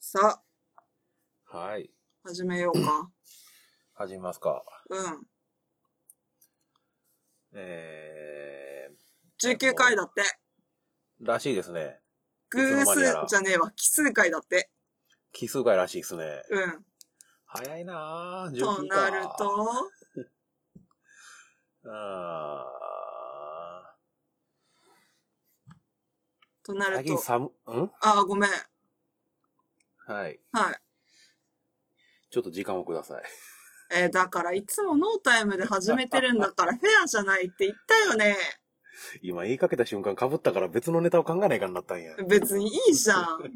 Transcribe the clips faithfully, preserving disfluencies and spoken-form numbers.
さあ、はい。 始めようか。 始めますか。 うん。 えー、 じゅうきゅうかいだって。 らしいですね。 偶数じゃねえわ。奇数回だって。 奇数回らしいですね。 うん。 早いなぁ、じゅうきゅうか。 となるとあとなると。 最近寒、んああ、ごめん。 はい。 はい。 ちょっと時間をください。 えー、だからいつもノータイムで始めてるんだからフェアじゃないって言ったよね。 今言いかけた瞬間被ったから別のネタを考えないかになったんや。 別にいいじゃん。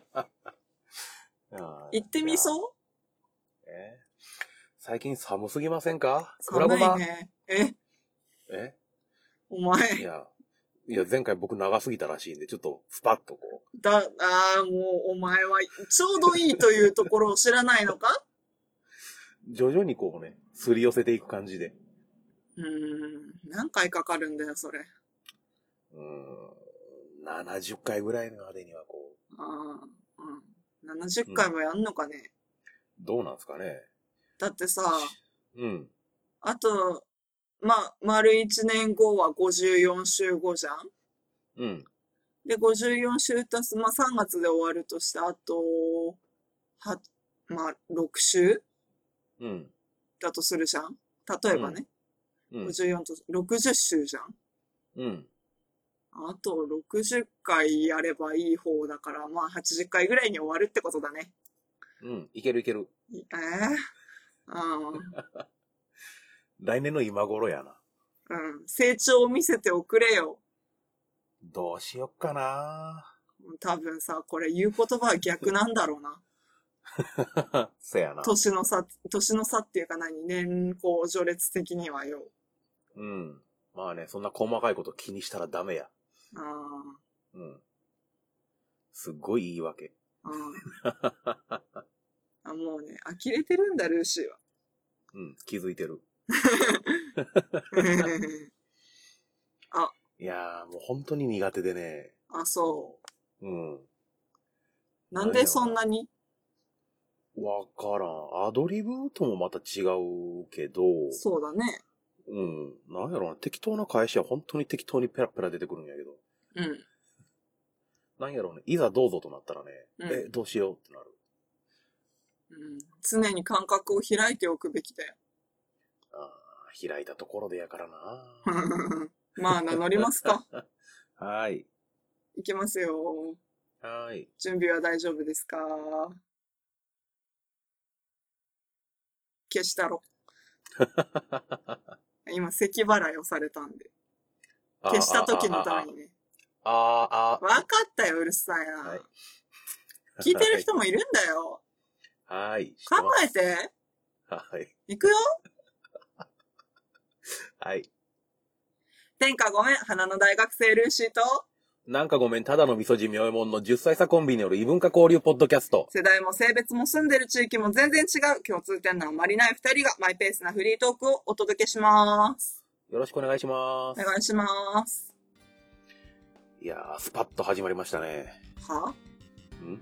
言ってみそうえー、最近寒すぎませんか？ 寒いね。ええお前。 いや、いや前回僕長すぎたらしいんで、ちょっとスパッとこう。だ、ああ、もうお前はちょうどいいというところを知らないのか？ 徐々にこうね、すり寄せていく感じで。 うーん、何回かかるんだよ、それ。 うーん、ななじゅっかいぐらいまでにはこう。ああ、うん。ななじゅっかいもやんのかね、 うん。どうなんすかね。 だってさ、 うん。 あと、まあ、丸いちねんごはごじゅうよんしゅうごじゃん。 うん。 で、ごじゅうよんしゅう足す、まあさんがつで終わるとして、あと、は、まあ、ろくしゅううん。 だとするじゃん。例えばね。 うん。 ごじゅうよんとろくじゅっしゅうじゃん。 うん。 あとろくじゅっかいやればいい方だから、まあはちじゅっかいぐらいに終わるってことだね。 うん。いけるいける。 ええー、うん。 来年の今頃やな。 うん。成長を見せておくれよ。 どうしよっかな。 多分さ、これ言う言葉は逆なんだろうな。 せやな。 年の差、年の差っていうか何、年功序列的にはよ。 うん。まあね、そんな細かいこと気にしたらダメや。 ああ。 うん。すっごい言い訳。 ああ。もうね、呆れてるんだ、ルーシーは。 うん、気づいてる。 あ。 いやー、もう本当に苦手でね。 あ、そう。 うん。 なんでそんなに？ わからん。アドリブともまた違うけど。 そうだね。 うん。なんやろな。適当な返しは本当に適当にペラペラ出てくるんやけど。 うん。 なんやろうね。いざどうぞとなったらね。うん、え、どうしようってなる。 うん。常に感覚を開いておくべきだよ。 ああ、開いたところでやからな。 まあ、名乗りますか。 はい。 いきますよ。 はい。 準備は大丈夫ですか？消したろ。今、咳払いをされたんで。消した時のためにね。 ああ、ああ。 わかったよ、うるさいな。はい、聞いてる人もいるんだよ。 はい。 考えて。 はい。 いくよ。 はい。 天下ごめん、花の大学生ルーシーと。 なんかごめん、ただの味噌汁妙門のじゅっさい差コンビによる異文化交流ポッドキャスト。 世代も性別も住んでる地域も全然違う共通点のあまりない二人がマイペースなフリートークをお届けします。 よろしくお願いします。 お願いします。 いやー、スパッと始まりましたね。 は？ ん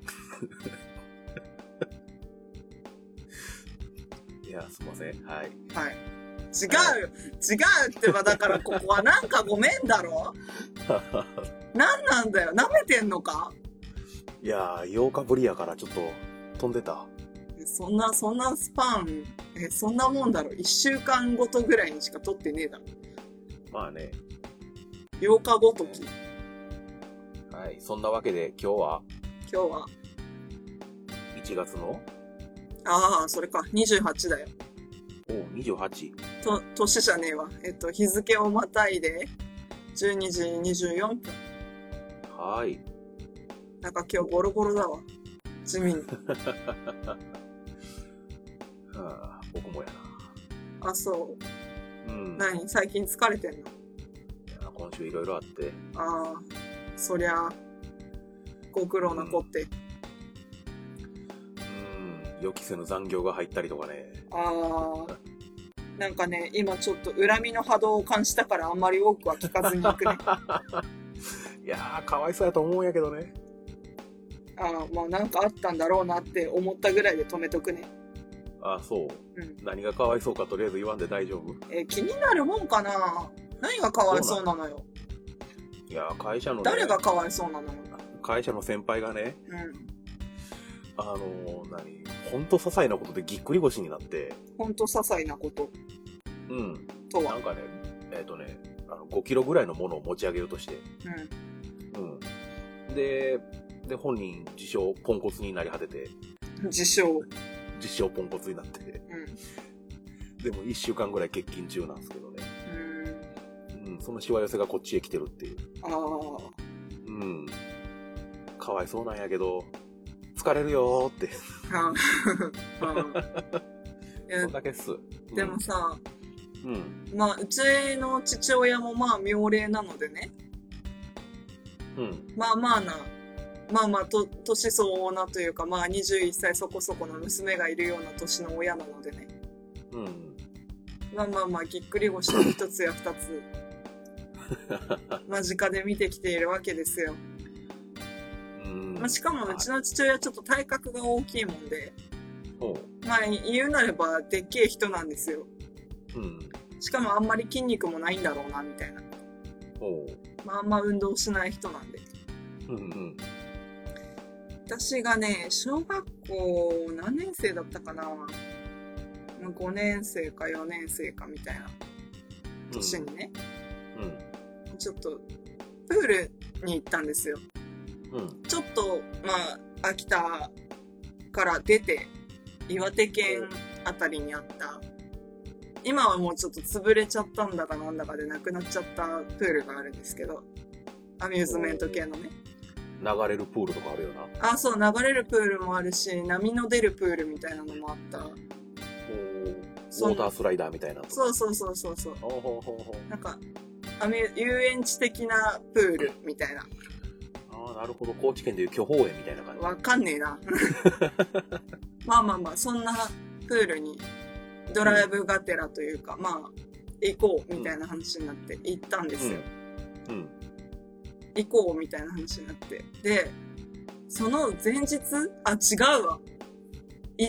いや、すいません。はい。 はい。違うよ。違うってば、だからここはなんかごめんだろなんなんだよ。舐めてんのか？ いやー、ようかぶりやからちょっと飛んでた。 そんな、そんなスパン、え、そんなもんだろ。いっしゅうかんごとぐらいにしか撮ってねえだろ。 まあね。 ようかごとき。 はい。そんなわけで今日は今日はいちがつのああ、それか。にじゅうはちだよ。 おう、にじゅうはち。 と、年じゃねえわ。えっと、日付をまたいで、じゅうにじにじゅうよんぷん。 はい。 なんか今日ボロボロだわ。地味に。 はあ、僕もやな。あ、そう。うん。何？最近疲れてんの？いや、今週いろいろあって。 ああ、そりゃ、ご苦労なこって。 うん、うん、予期せぬ残業が入ったりとかね。 ああ。なんかね、今ちょっと恨みの波動を感じたからあんまり多くは聞かずにいくね。 いやー、かわいそうやと思うんやけどね。 ああ、まあなんかあったんだろうなって思ったぐらいで止めとくね。 あ、そう。 うん。 何がかわいそうかとりあえず言わんで大丈夫？ えー気になるもんかな。何がかわいそうなのよ。 いや、会社のね、 誰がかわいそうなのよ。 会社の先輩がね、 うん。 あのー、何ほんと些細なことでぎっくり腰になって、 ほんと些細なことうん。 とは。 なんかね、えっ、とね、あのごキロぐらいのものを持ち上げようとして、 うん。 うん。で、で、本人自称ポンコツになり果てて、 自称。 自称ポンコツになって、 うん。 でもいっしゅうかんぐらい欠勤中なんですけどね。 うん。 うん、そのしわ寄せがこっちへ来てるっていう。 ああ。 うん。かわいそうなんやけど、疲れるよーって。 ああ。 そんだけっす。 でもさ、 うん。 まあ、うちの父親もまあ、妙齢なのでね。 うん。 まあまあな、まあまあ、と、年相応なというか、まあ、にじゅういっさいそこそこの娘がいるような年の親なのでね。 うん。 まあまあまあ、ぎっくり腰の一つや二つ、間近で見てきているわけですよ。 うん。 まあ、しかもうちの父親ちょっと体格が大きいもんで、 ほまあ言うなればでっけえ人なんですよ。 う。うん。 しかもあんまり筋肉もないんだろうな、みたいな。 ほまああんま運動しない人なんで。 う。うんうん。 私がね、小学校何年生だったかな？ごねん生かよねん生かみたいな年にね、 うん。 ちょっとプールに行ったんですよ。 うん。 ちょっと、まあ、秋田から出て、岩手県あたりにあった、今はもうちょっと潰れちゃったんだかなんだかでなくなっちゃったプールがあるんですけど、アミューズメント系のね。 流れるプールとかあるよな。 あ、そう、流れるプールもあるし、波の出るプールみたいなのもあった。 おウォータースライダーみたいな。 そうそうそうそうそう。 ほうほうほうほう。 なんか、アミュ遊園地的なプールみたいな。 ああ、なるほど。高知県でいう巨峰園みたいな感じ。 わかんねえな。まあまあまあ、そんなプールにドライブがてらというか、まあ、行こうみたいな話になって行ったんですよ。 うん。うん、 行こうみたいな話になって。で、その前日、あ、違うわ。行って、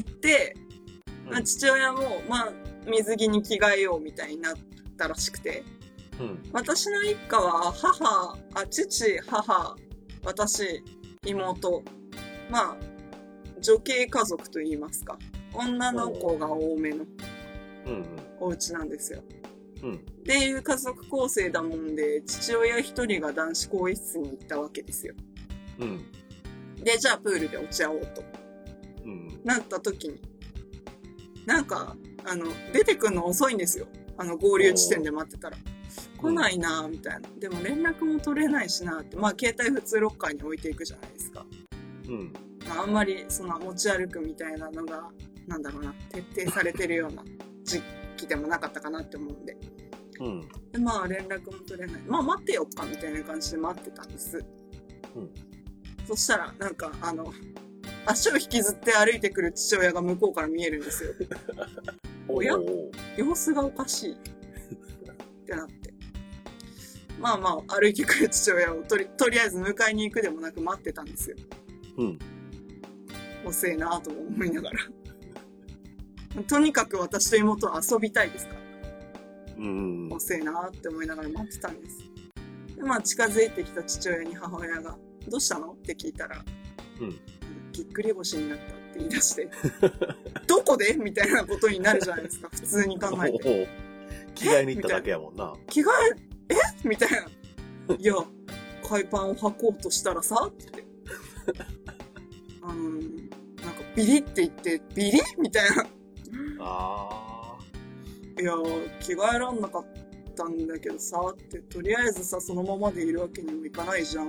まあ、父親も、まあ、水着に着替えようみたいになったらしくて。 うん、 私の一家は、母、あ、父、母、私、妹。まあ、女系家族と言いますか。女の子が多めのお家なんですよ。うん、っていう家族構成だもんで、父親一人が男子更衣室に行ったわけですよ。うん、で、じゃあプールで落ち合おうと。うん、なった時に、なんか、あの、出てくんの遅いんですよ。あの、合流地点で待ってたら。来ないなぁ、みたいな。でも連絡も取れないしなぁって。まあ、携帯普通ロッカーに置いていくじゃないですか。うん。まあ、あんまり、その、持ち歩くみたいなのが、なんだろうな、徹底されてるような時期でもなかったかなって思うんで。うん。で、まあ、連絡も取れない。まあ、待ってよっか、みたいな感じで待ってたんです。うん。そしたら、なんか、あの、足を引きずって歩いてくる父親が向こうから見えるんですよ。おや？様子がおかしいってなって。まあまあ、歩いてくる父親をとり、とりあえず迎えに行くでもなく待ってたんですよ。うん。遅えなぁとも思いながら。とにかく私と妹は遊びたいですから。うん。遅えなぁって思いながら待ってたんです。で、まあ、近づいてきた父親に母親が、どうしたのって聞いたら、うん。ぎっくり腰になったって言い出して、どこでみたいなことになるじゃないですか、普通に考えて。 着替えに行っただけやもんな。 着替え、えみたいな。いや、海パンを履こうとしたらさ、って。あの、なんかビリって言って、ビリみたいな。ああ。いや、着替えらんなかったんだけどさ、って、とりあえずさ、そのままでいるわけにもいかないじゃん。って。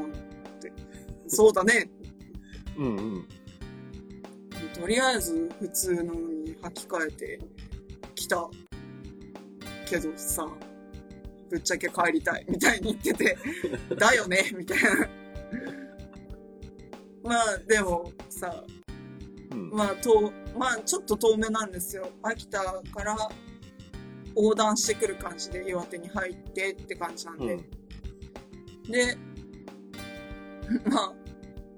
そうだね。うんうん。とりあえず普通のに履き替えてきたけどさ、ぶっちゃけ帰りたいみたいに言ってて、だよねみたいな。まあでもさ、うん、まあとまあちょっと遠めなんですよ。秋田から横断してくる感じで岩手に入ってって感じなんで、うん、でまあ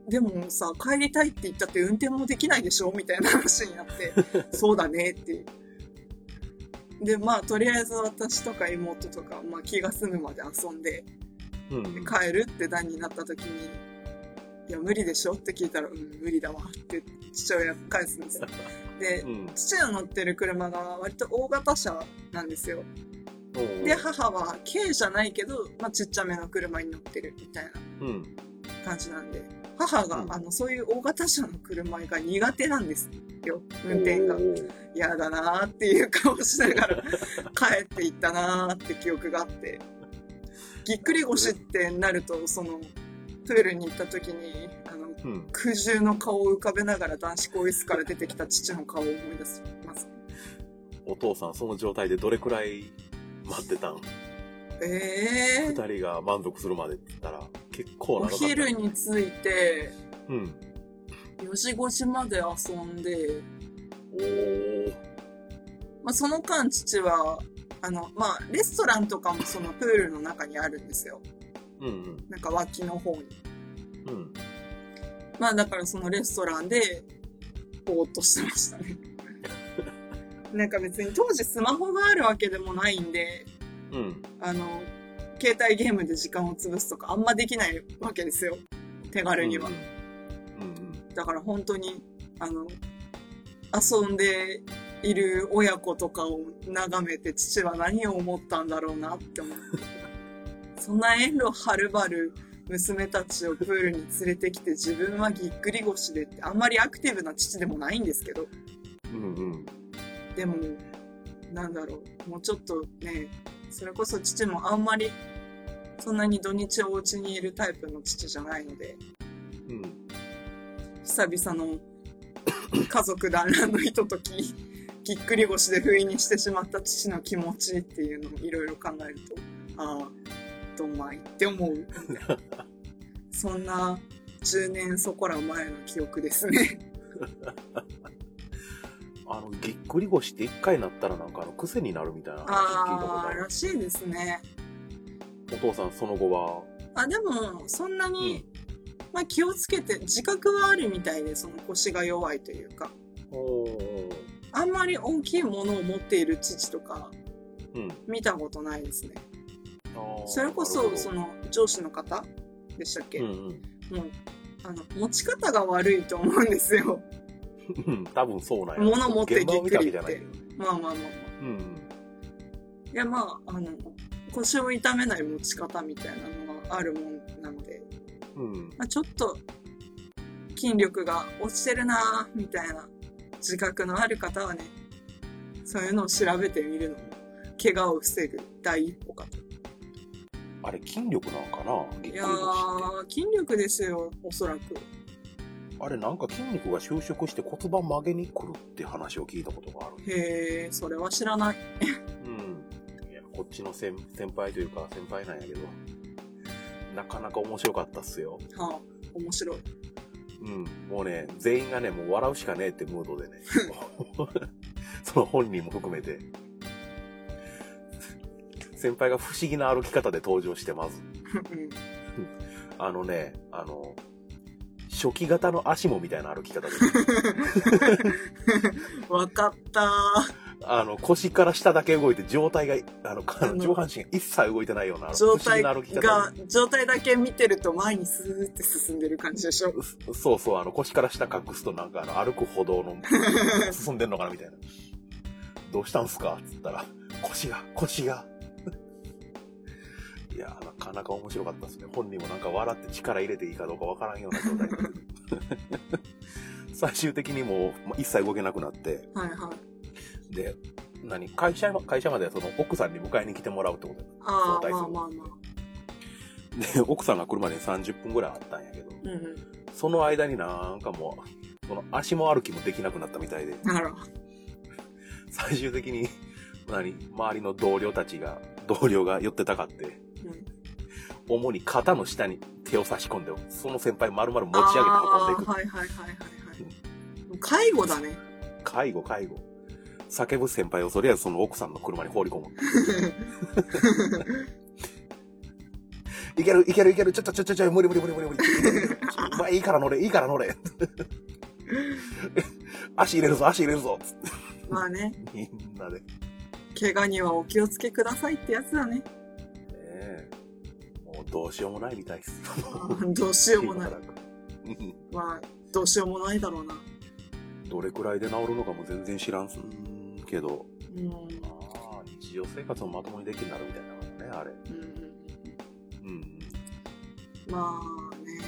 でもさ、帰りたいって言ったって運転もできないでしょみたいな話になって、そうだねっていう。で、まあ、とりあえず私とか妹とか、まあ、気が済むまで遊んで、 うん、 帰るって段になった時に、いや、無理でしょって聞いたら、うん、無理だわって父親返すんですよ。で、うん、父が乗ってる車が割と大型車なんですよ。で、母は軽じゃないけど、まあ、ちっちゃめの車に乗ってるみたいな感じなんで、母が、うん、あの、そういう大型車の車が苦手なんですよ、運転が。嫌だなーっていう顔しながら帰っていったなーって記憶があって、ぎっくり腰ってなると、その、プールに行った時に、あの、うん、空中の顔を浮かべながら男子更衣室から出てきた父の顔を思い出します。 お父さん、その状態でどれくらい待ってたん？ ええー。 二人が満足するまでって言ったら、結構長かった。 お昼に着いて、 うん。 よじごじまで遊んで、 おー。 まあ、その間父は、あの、まあ、レストランとかもそのプールの中にあるんですよ。 うんうん。 なんか脇の方に。 うん。 まあだからそのレストランで、ぼーっとしてましたね。なんか別に当時スマホがあるわけでもないんで、 うん。 あの、携帯ゲームで時間を潰すとかあんまできないわけですよ。手軽には。 うんうんうん、 だから本当に、あの、遊んでいる親子とかを眺めて父は何を思ったんだろうなって思って。そんな遠路はるばる娘たちをプールに連れてきて自分はぎっくり腰でってあんまりアクティブな父でもないんですけど。 うんうん。 でも、なんだろう、もうちょっとね、それこそ父もあんまりそんなに土日お家にいるタイプの父じゃないので、 うん、 久々の家族団らんのひととき、ぎっくり腰で不意にしてしまった父の気持ちっていうのをいろいろ考えると、ああ、どんまいって思う。そんなじゅうねんそこら前の記憶ですね。 あの、ぎっくり腰って一回なったらなんかあの癖になるみたいな話聞いたことある。 ああ、らしいですね。 お父さんその後は？ あ、でも、そんなに、うん、まあ気をつけて、自覚はあるみたいで、その腰が弱いというか。 おー。 あんまり大きいものを持っている父とか、 うん、 見たことないですね。 あ、 それこそ、その、上司の方でしたっけ？ うんうん、 もう、あの、持ち方が悪いと思うんですよ。 うん、多分そうなんや。 物持ってぎっくりって。まあまあまあまあ。 うん、 いや、まあ、あの、腰を痛めない持ち方みたいなのがあるもんなので、 うんまあ、ちょっと筋力が落ちてるなみたいな自覚のある方はね、そういうのを調べてみるのも怪我を防ぐ第一歩かと。 あれ筋力なんかな？ いやー、筋力ですよ、おそらく。 あれなんか筋肉が収縮して骨盤曲げに来るって話を聞いたことがある。 へー、それは知らない。 うん。いや、こっちの先先輩というか先輩なんやけど、なかなか面白かったっすよ。 はあ、面白い。 うん。もうね、全員がね、もう笑うしかねえってムードでね。その本人も含めて。先輩が不思議な歩き方で登場して、まず。あのね、あの、初期型の足もみたいな歩き方で。 わかったー。 あの、腰から下だけ動いて、状態が、あの、あの上半身が一切動いてないような、 状態が、状態だけ見てると前にスーって進んでる感じでしょ。 そうそう、あの、腰から下隠すとなんか、あの、歩く歩道の、進んでんのかなみたいな。どうしたんすかつったら、腰が、腰が。いや、なかなか面白かったですね。本人もなんか笑って力入れていいかどうかわからんような状態で。最終的にもう、一切動けなくなって。 はいはい。 で、何会社、会社までその奥さんに迎えに来てもらうってことああ、まあまあまあ。 で、奥さんが来るまでにさんじゅっぷんぐらいあったんやけど、 うんうん、 その間になんかもう、この足も歩きもできなくなったみたいで。 なるほど。 最終的に、何周りの同僚たちが、同僚が寄ってたかって、うん、主に肩の下に手を差し込んで、その先輩丸々持ち上げて運んでいく。 はいはいはいはいはい。うん、介護だね。 介護、介護。叫ぶ先輩をとりあえずその奥さんの車に放り込む。 いけるいけるいける、ちょちょちょちょちょ、無理無理無理無理無理。まあいいから乗れ、いいから乗れ。足入れるぞ、足入れるぞ。 まあね。 みんなで。 怪我にはお気をつけくださいってやつだね。 ねえ。もうどうしようもないみたいです。 どうしようもない。まあ、どうしようもないだろうな。 どれくらいで治るのかも全然知らんすけど。 うん。 ああ、日常生活をまともにできるようになるみたいなのね、あれ。うん。うん。 まあね。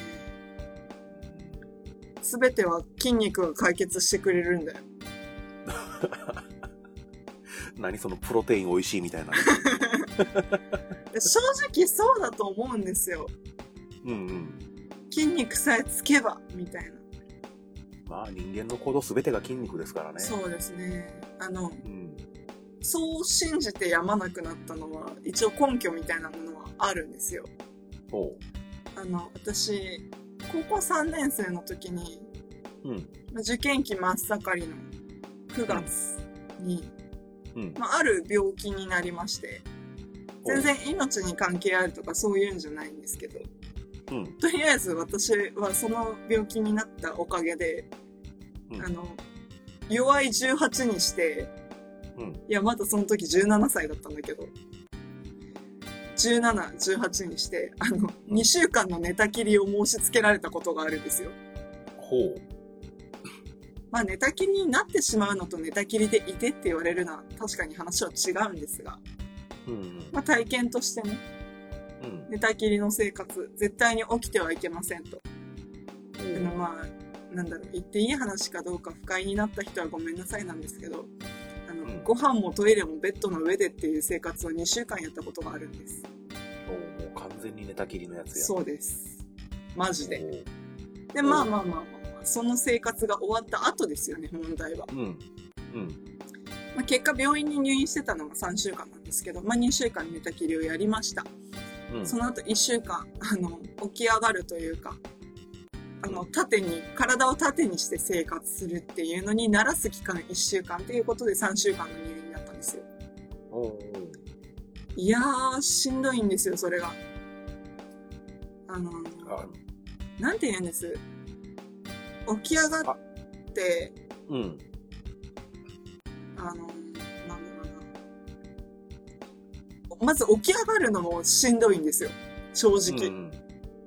すべては筋肉が解決してくれるんだよ。 何そのプロテイン美味しいみたいな。 正直そうだと思うんですよ。 うんうん。 筋肉さえつけばみたいな。 まあ人間の行動すべてが筋肉ですからね。 そうですね。あの、 うん、 そう信じてやまなくなったのは一応根拠みたいなものはあるんですよ。 おう。 あの私高校さんねん生の時に、 うん、 受験期真っ盛りのくがつに、 うんまあ、ある病気になりまして、全然命に関係あるとかそういうんじゃないんですけど、うん、とりあえず私はその病気になったおかげで、うん、あの弱いじゅうはちにして、うん、いやまだその時じゅうななさいだったんだけど、じゅうなな、じゅうはちにしてあのにしゅうかんの寝たきりを申し付けられたことがあるんですよ。 ほう。 まあ寝たきりになってしまうのと寝たきりでいてって言われるのは確かに話は違うんですが、うんうん、まあ体験としてね、うん、寝たきりの生活絶対に起きてはいけませんと、うん、まあなんだろう、言っていい話かどうか不快になった人はごめんなさいなんですけど、あの、うん、ご飯もトイレもベッドの上でっていう生活をにしゅうかんやったことがあるんです。 お、もう完全に寝たきりのやつや。 そうです、マジで。でまあまあまあまあその生活が終わった後ですよね、問題は。うんうん、まあ、結果病院に入院してたのがさんしゅうかんなんですけど、まあ、にしゅうかん寝たきりをやりました。うん、その後いっしゅうかんあの起き上がるというか、あの縦に体を縦にして生活するっていうのに慣らす期間いっしゅうかんということでさんしゅうかんの入院だったんですよ。おうおう。いやーしんどいんですよそれが。あのあなんて言うんです、起き上がって、うん、あのなんだろうな、まず起き上がるのもしんどいんですよ正直、うん、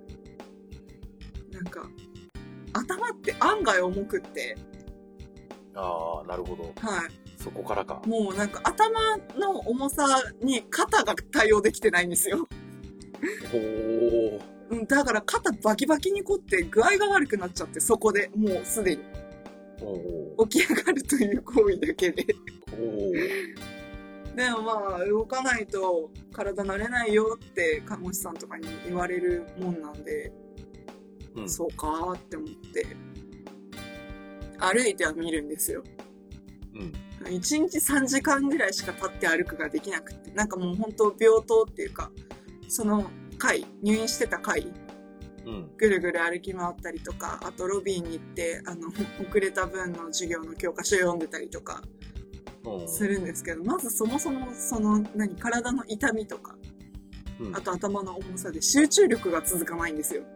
なんか頭って案外重くって。 ああなるほど、はい、そこからか。 もうなんか頭の重さに肩が対応できてないんですよ。ほー、だから肩バキバキに凝って具合が悪くなっちゃって、そこでもうすでに起き上がるという行為だけででもまあ動かないと体慣れないよって看護師さんとかに言われるもんなんで、うん、そうかーって思って歩いては見るんですよ、うん、いちにちさんじかんぐらいしか立って歩くができなくて、なんかもう本当病棟っていうかその回入院してた回、うん、ぐるぐる歩き回ったりとか、あとロビーに行ってあの遅れた分の授業の教科書読んでたりとかするんですけど、まずそもそもその何体の痛みとか、うん、あと頭の重さで集中力が続かないんですよ。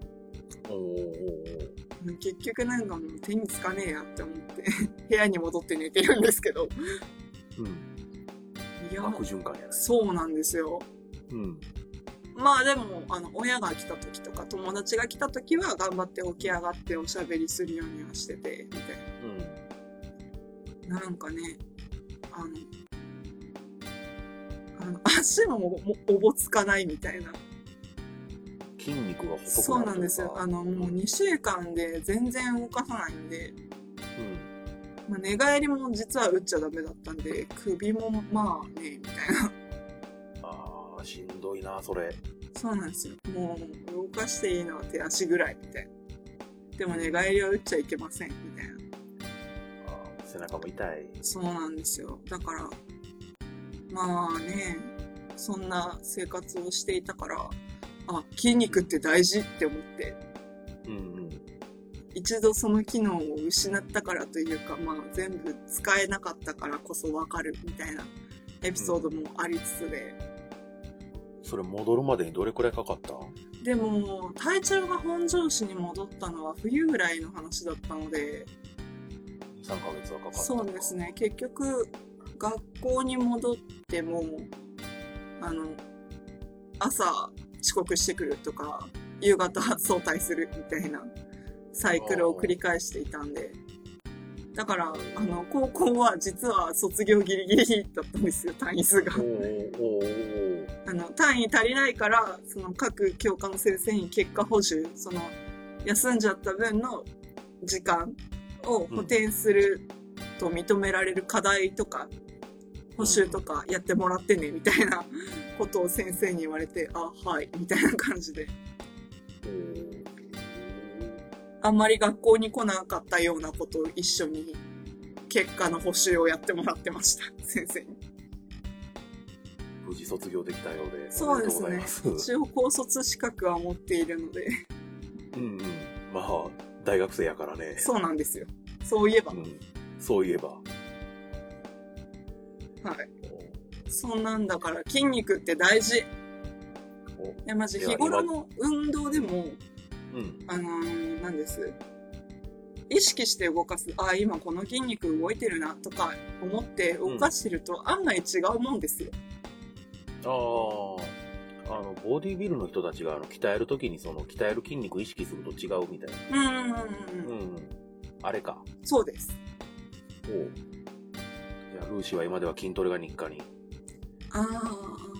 お結局なんかもう手につかねえやって思って部屋に戻って寝てるんですけど、うん、いや悪循環やね。 そうなんですよ、うん、まあでもあの親が来た時とか友達が来た時は頑張って起き上がっておしゃべりするようにはしててみたいな、うん、なんかねあのあの足ももおぼつかないみたいな。 筋肉が細くなる。 そうなんですよ。あのもうにしゅうかんで全然動かさないんで、うん、まあ、寝返りも実は打っちゃダメだったんで首もまあねみたいな。 あーしんどいなそれ。 そうなんですよ。もう動かしていいのは手足ぐらいみたいな。でも寝返りは打っちゃいけませんみたいな。 あ背中も痛い。 そうなんですよ。だからまあねそんな生活をしていたから、あ筋肉って大事って思って、うんうん、一度その機能を失ったからというか、まあ、全部使えなかったからこそ分かるみたいなエピソードもありつつで、 うん、 それ戻るまでにどれくらいかかった？ でも体調が本調子に戻ったのは冬ぐらいの話だったので、 にさんかげつはかかった。 そうですね。結局学校に戻ってもあの朝遅刻してくるとか夕方早退するみたいなサイクルを繰り返していたんで、だからあの高校は実は卒業ギリギリだったんですよ、単位数が。 おーおーあの単位足りないからその各教科の先生に結果補充、その休んじゃった分の時間を補填すると認められる課題とか補習とかやってもらってねみたいなことを先生に言われて、あ、はいみたいな感じで、あんまり学校に来なかったようなことを一緒に結果の補習をやってもらってました先生に。 無事卒業できたようで。 そうですね。一応高卒資格は持っているのでうんうん。まあ大学生やからね。 そうなんですよ。そういえば、 うん、そういえば。 はい。そんなんだから筋肉って大事。いやマジ日頃の運動でも、うん、あのー、なんです。意識して動かす。あ、今この筋肉動いてるなとか思って動かしてると案外違うもんですよ。 うん、ああ、あのボディビルの人たちがあの鍛えるときにその鍛える筋肉を意識すると違うみたいな。うんうんうんうん。うん、あれか。 そうです。 おう。じゃあルーシーは今では筋トレが日課に。 ああ。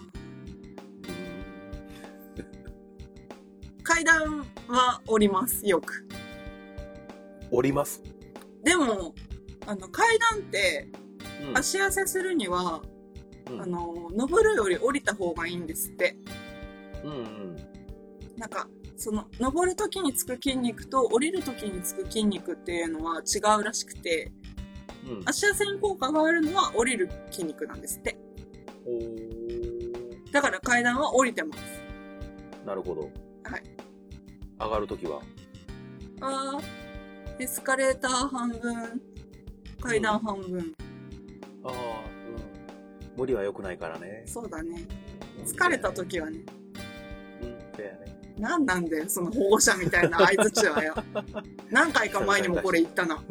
階段は降りますよく。 降ります。 でもあの階段って足痩せするには、うん、あの登るより降りた方がいいんですって。うんうん。なんかその登る時につく筋肉と降りる時につく筋肉っていうのは違うらしくて、うん、足痩せに効果があるのは降りる筋肉なんですって。おー。だから階段は降りてます。 なるほど。 はい。 上がる時はあー。エスカレーター半分、階段半分。うん、ああ、 うん。無理は良くないからね。 そうだね。疲れた時はね。 うん、だよね。 なんなんだよ、その保護者みたいな相槌はよ。何回か前にもこれ言ったな。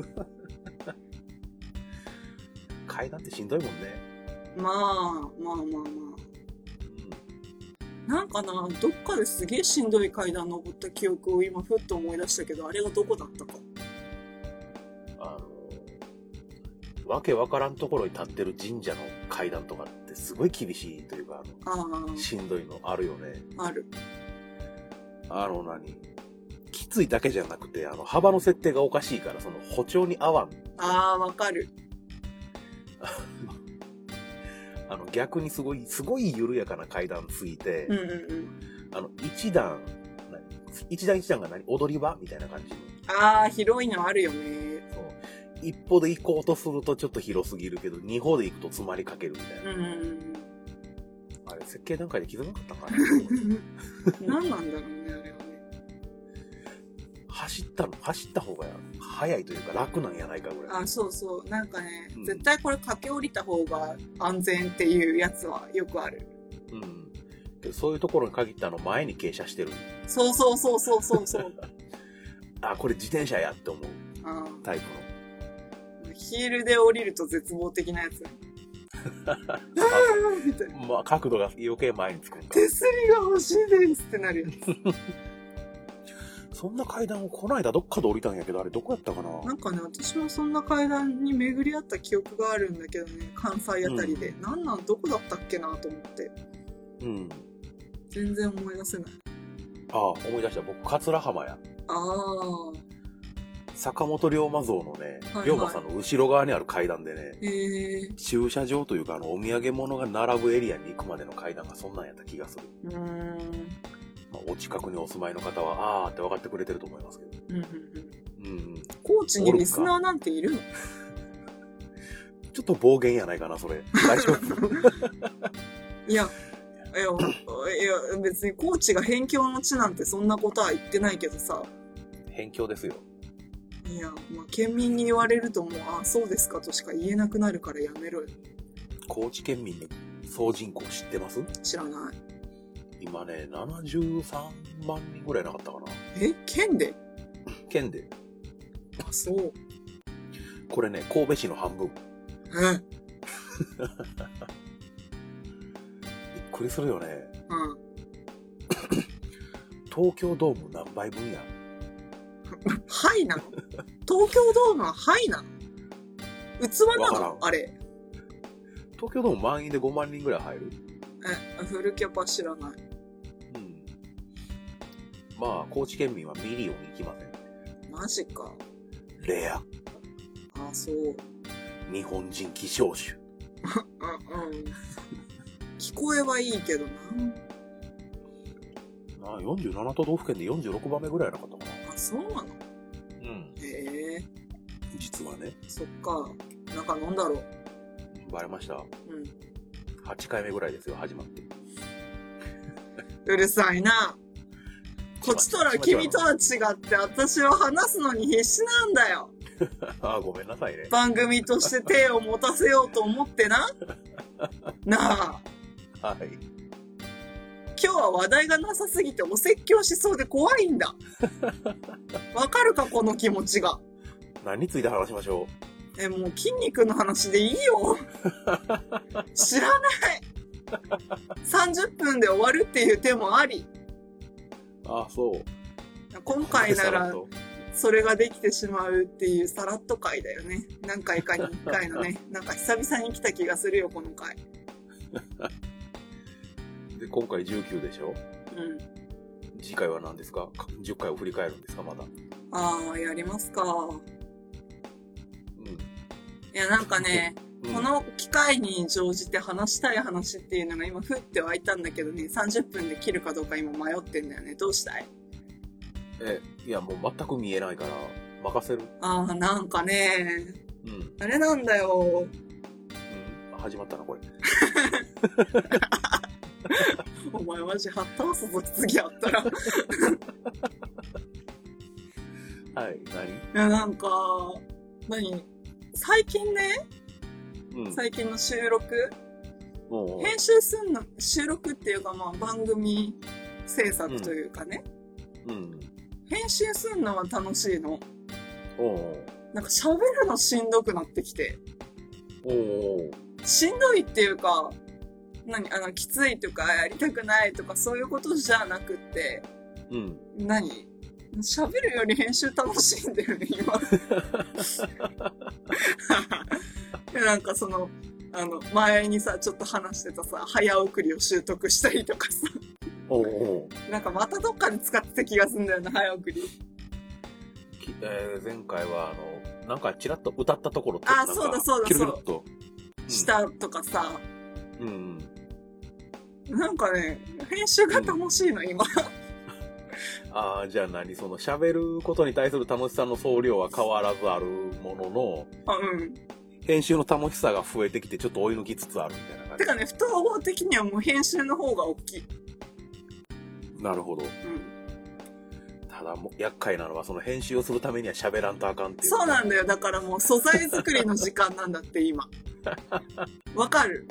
階段ってしんどいもんね。 まあ、まあまあまあ。なんかな、どっかですげえしんどい階段登った記憶を今ふっと思い出したけど、あれがどこだったか。 あの、わけわからんところに立ってる神社の階段とかってすごい厳しいというか、あの、あしんどいのあるよね。 ある。 あの何きついだけじゃなくて、あの、幅の設定がおかしいから、その歩調に合わん。 ああ、わかる。 あの逆にすごい、すごい緩やかな階段すぎて、 うんうんうん、 あの、一段、何一段一段が何踊り場みたいな感じ。 ああ、広いのあるよね。 そう。一歩で行こうとするとちょっと広すぎるけど、二歩で行くと詰まりかけるみたいな。うんうんうん、あれ、設計段階で気づかなかったかな何なんだろうね、あれはね。 走ったの走った方が早いというか楽なんやないかぐらい。 あ、そうそう。なんかね、うん、絶対これ駆け下りた方が安全っていうやつはよくある。 うん。でそういうところに限ってあの前に傾斜してる。 そうそうそうそうそうそう。 あ、これ自転車やって思うタイプの。ヒールで降りると絶望的なやつ。みたいな。 まあ角度が余計前につくんだ。 手すりが欲しいですってなるやつ。 そんな階段をこないだどっかで降りたんやけど、あれどこやったかな。 なんかね、私もそんな階段に巡り合った記憶があるんだけどね、関西あたりで。うん、なんなんどこだったっけなと思って。うん。全然思い出せない。 ああ、思い出した。僕、桂浜や。 ああ。 坂本龍馬像のね、はいはい、龍馬さんの後ろ側にある階段でね、 えー、 駐車場というか、あの、お土産物が並ぶエリアに行くまでの階段がそんなんやった気がする。うーん。まあ、お近くにお住まいの方は、あーって分かってくれてると思いますけど。うんうんうん。うん。 高知にリスナーなんているの？ ちょっと暴言やないかな、それ。大丈夫？ いや、いや、いや、別に高知が辺境の地なんてそんなことは言ってないけどさ。 辺境ですよ。 いや、まあ、県民に言われるともう、あ、そうですかとしか言えなくなるからやめろよ。 高知県民の総人口知ってます？ 知らない。 今ね、ななじゅうさんまんにんぐらいなかったかな。 え、県で？ 県で。 あ、そう。 これね、神戸市の半分。 えびっくりするよね。 うん。 東京ドーム何杯分や。 はいなの？東京ドームははいなの？器なの？あれ。 東京ドーム満員でごまんにんぐらい入る？ え、フルキャパ知らない。 うん。まあ、高知県民はミリオン行きません。 マジか。 レア。 あ、そう。 日本人希少種。 うんうん。聞こえはいいけどな。 まあ、よんじゅうなな都道府県でよんじゅうろくばんめぐらいなかったかな。 あ、そうなの？ うん。 へえ。 実はね。 そっか。なんか飲んだろう。 バレました？うん。はちかいめぐらいですよ、始まって。 うるさいな。こっちとら君とは違って私は話すのに必死なんだよ。 ああ、ごめんなさいね。 番組として手を持たせようと思ってな。なあ。はい。 今日は話題がなさすぎてお説教しそうで怖いんだ。わかるかこの気持ちが。 何について話しましょう？え、もう筋肉の話でいいよ。知らない。さんじゅっぷんで終わるっていう手もあり。 ああ、そう。 今回ならそれができてしまうっていうさらっと回だよね。何回かにいっかいのね。なんか久々に来た気がするよこの回。 で今回じゅうきゅうでしょ。 うん。 次回は何ですか？じゅっかいを振り返るんですかまだ？ ああ、やりますか。 うん。 いやなんかね、うん、この機会に乗じて話したい話っていうのが今ふって湧いたんだけどね、さんじゅっぷんで切るかどうか今迷ってんだよね。どうしたい？ え、いやもう全く見えないから任せる。 ああ、なんかね、 うん、 あれなんだよ。 うん、始まったなこれ。 お前マジハッタースぞ次やったら。 はい、何？ いやなんか何？最近ね、うん、最近の収録、おうおう編集すんの、収録っていうかまあ番組制作というかね、うんうん、編集すんのは楽しいの。おうおうなんか喋るのしんどくなってきて。おうおうしんどいっていうか、何あのきついとかやりたくないとかそういうことじゃなくって、うん、何喋るより編集楽しいんだよね今。なんかそのあの前にさちょっと話してたさ早送りを習得したりとかさ。おうおうなんかまたどっかで使ってた気がするんだよな早送り。 えー、前回はあのなんかちらっと歌ったところとあそうだそうだそうだと、 うん、したとかさ、 うん、 なんかね編集が楽しいの、うん、今。 ああ、じゃあ何その喋ることに対する楽しさの総量は変わらずあるものの、あ、うん、編集の楽しさが増えてきてちょっと追い抜きつつあるみたいな感じ。 てかね不統合的にはもう編集の方が大きい。 なるほど。うん、ただもう厄介なのはその編集をするためには喋らんとあかんっていう。 そうなんだよ。だからもう素材作りの時間なんだって今。わかる？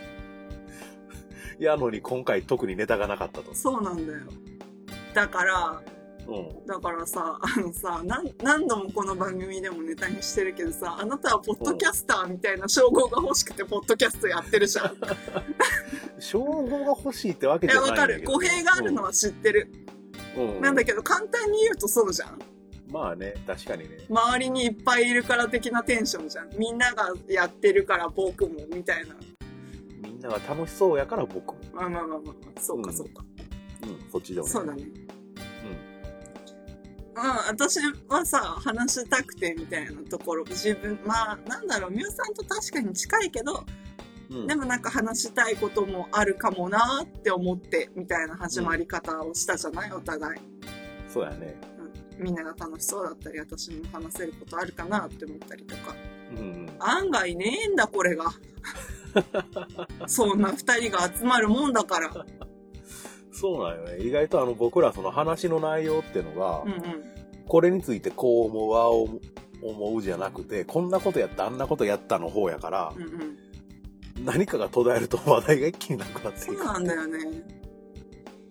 やのに今回特にネタがなかったと。 そうなんだよ。だから、うん、だからさ、あのさ、何、何度もこの番組でもネタにしてるけどさ、あなたはポッドキャスターみたいな称号が欲しくてポッドキャストやってるじゃん。 称号が欲しいってわけじゃないんだけど。いや、わかる。語弊があるのは知ってる。うん、なんだけど、簡単に言うとそうじゃん。 まあね、確かにね。 周りにいっぱいいるから的なテンションじゃん。みんながやってるから僕も、みたいな。 みんなが楽しそうやから僕も。 まあまあまあまあ、そうかそうか。 うん、うん、そっちでもね。 そうだね。うん、私はさ話したくてみたいなところ自分まあなんだろうミュウさんと確かに近いけど、うん、でもなんか話したいこともあるかもなって思ってみたいな始まり方をしたじゃない、うん、お互い。 そうやね、 うん、みんなが楽しそうだったり私も話せることあるかなって思ったりとか、うんうん、案外ねえんだこれが。そんなふたりが集まるもんだから。 そうなんよね。意外とあの僕らその話の内容っていうのが、うんうん、これについてこう思うは思うじゃなくて、こんなことやったあんなことやったの方やから、うんうん、何かが途絶えると話題が一気になくなっていく。 そうなんだよね。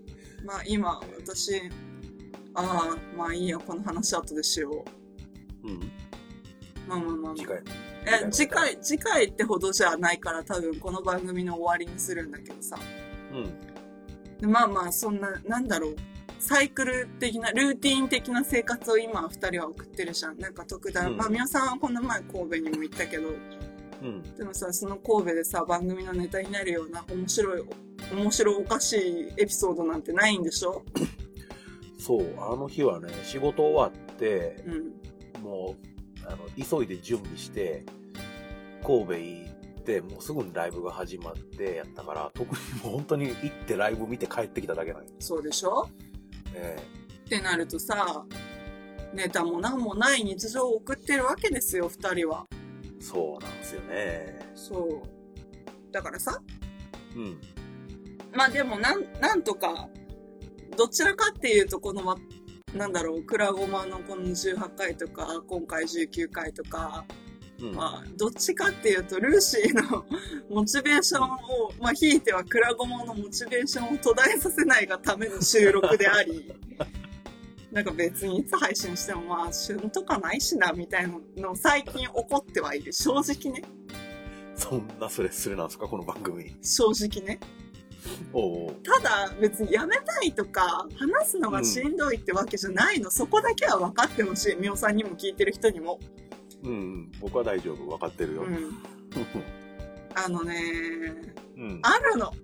まあ今、私、ああ、まあいいや、この話後でしようん。 う。まあまあまあ、 次回。 え、次回、次回ってほどじゃないから多分この番組の終わりにするんだけどさ。 うん。 でまあまあ、そんな、なんだろう。サイクル的な、ルーティーン的な生活を今二人は送ってるじゃん。なんか特段、うん、まあ皆さんはこの前神戸にも行ったけど、うん、でもさ、その神戸でさ、番組のネタになるような面白い、面白おかしいエピソードなんてないんでしょ？ そう、あの日はね、仕事終わって、うん、もう、あの、急いで準備して、神戸行って、もうすぐにライブが始まってやったから、特にもう本当に行ってライブ見て帰ってきただけなんよ。 そうでしょ？えー、ってなるとさ、ネタも何もない日常を送ってるわけですよ、二人は。 そうなんですよね。 そう。だからさ。 うん。 まあでもなん、なんとか、どちらかっていうと、この、なんだろう、クラゴマのこのじゅうはちかいとか、今回じゅうきゅうかいとか、うん、まあ、どっちかっていうと、ルーシーのモチベーションを、まあ、ひいてはクラゴマのモチベーションを途絶えさせないがための収録であり、なんか別にいつ配信してもまあ旬とかないしなみたいなのを最近起こってはいる。正直ね。 そんなスレスレなんですかこの番組。 正直ね。 おうおう。 ただ別にやめたいとか話すのがしんどいってわけじゃないの、うん、そこだけは分かってほしい。みおさんにも聞いてる人にも。 うん、うん、僕は大丈夫分かってるよ。うん、 あのね、うん、あるの。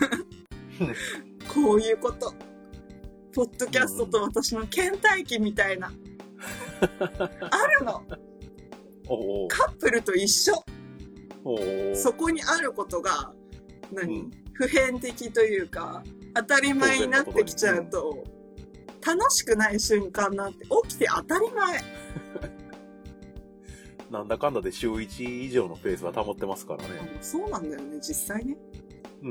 こういうこと。ポッドキャストと私の倦怠期みたいな。あるの。 おうおう。 カップルと一緒。 おうおう。 そこにあることが、何、うん、普遍的というか、当たり前になってきちゃうと、うん、楽しくない瞬間なんて起きて当たり前。 なんだかんだで週いち以上のペースは保ってますからね。 そうなんだよね、実際ね。 うん。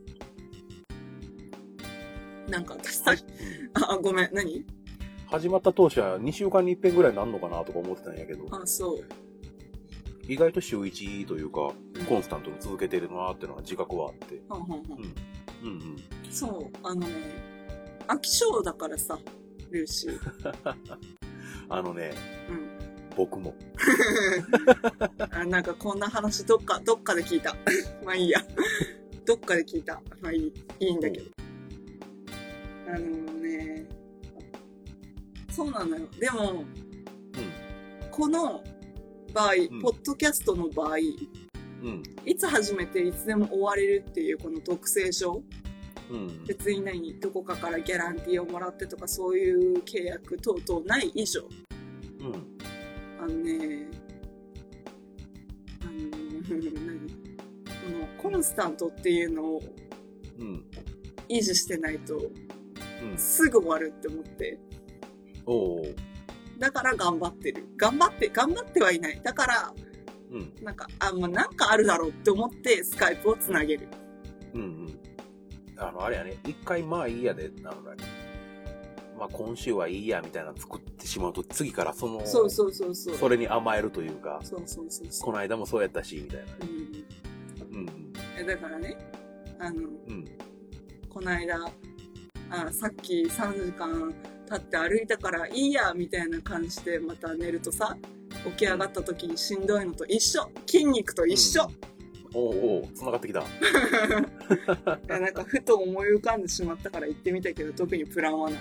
なんか私さ、はい、あ、ごめん、何？ 始まった当初はにしゅうかんに一遍ぐらいになるのかなとか思ってたんやけど。 あ、そう。 意外と週いちというか、うん、コンスタントに続けてるなーっていうのは自覚はあって。 はんはんはん。 うん。うんうん。 そう、あのね、飽き性だからさ、ルーシー。 あのね、 うん。 僕も。 あ、なんかこんな話どっか、どっかで聞いた。まあいいや。どっかで聞いた。まあいい、いいんだけど。あのね、そうなのよ。でも、うん、この場合、うん、ポッドキャストの場合、うん、いつ始めていつでも終われるっていうこの特性上、うん、別に何、どこかからギャランティーをもらってとかそういう契約等々ない以上、うん、あのね、あの、何、このコンスタントっていうのを維持してないと、うん、すぐ終わるって思って。 おー。 だから頑張ってる。頑張って、頑張ってはいない。だから、うん、なんか、あ、まあ、なんかあるだろうって思ってスカイプをつなげる。 うんうん。あの、あれやね、一回まあいいやで、なのだね。まあ今週はいいやみたいなの作ってしまうと、次からその、 そうそうそうそう。 それに甘えるというか、 そうそうそうそう。 この間もそうやったし、みたいな。 うん。うん。え、だからね、あの、うん、この間、あ、さっきさんじかん経って歩いたからいいやみたいな感じでまた寝るとさ、起き上がった時にしんどいのと一緒、筋肉と一緒、 うん、おうおう、繋がってきた。いや、なんかふと思い浮かんでしまったから行ってみたけど特にプランはない。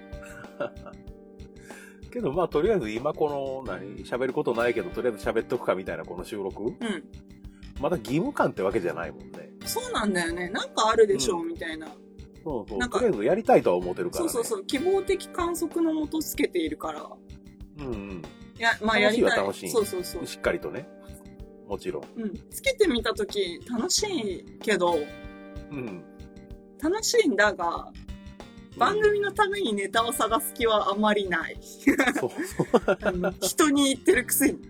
けどまあとりあえず今この何喋ることないけどとりあえず喋っとくかみたいなこの収録、うん、まだ義務感ってわけじゃないもんね。 そうなんだよね。なんかあるでしょう、うん、みたいな。 そうそう。なんかとりあえずやりたいとは思ってるからね。 そうそうそう。希望的観測のもとつけているから。 うんうん。 いや、まあやりたい。 楽しいは楽しい。 そうそうそう。 しっかりとね。もちろん。 うん。つけてみたとき楽しいけど、 うん。 楽しいんだが、番組のためにネタを探す気はあまりない。 そうそうあの。 人に言ってるくせに。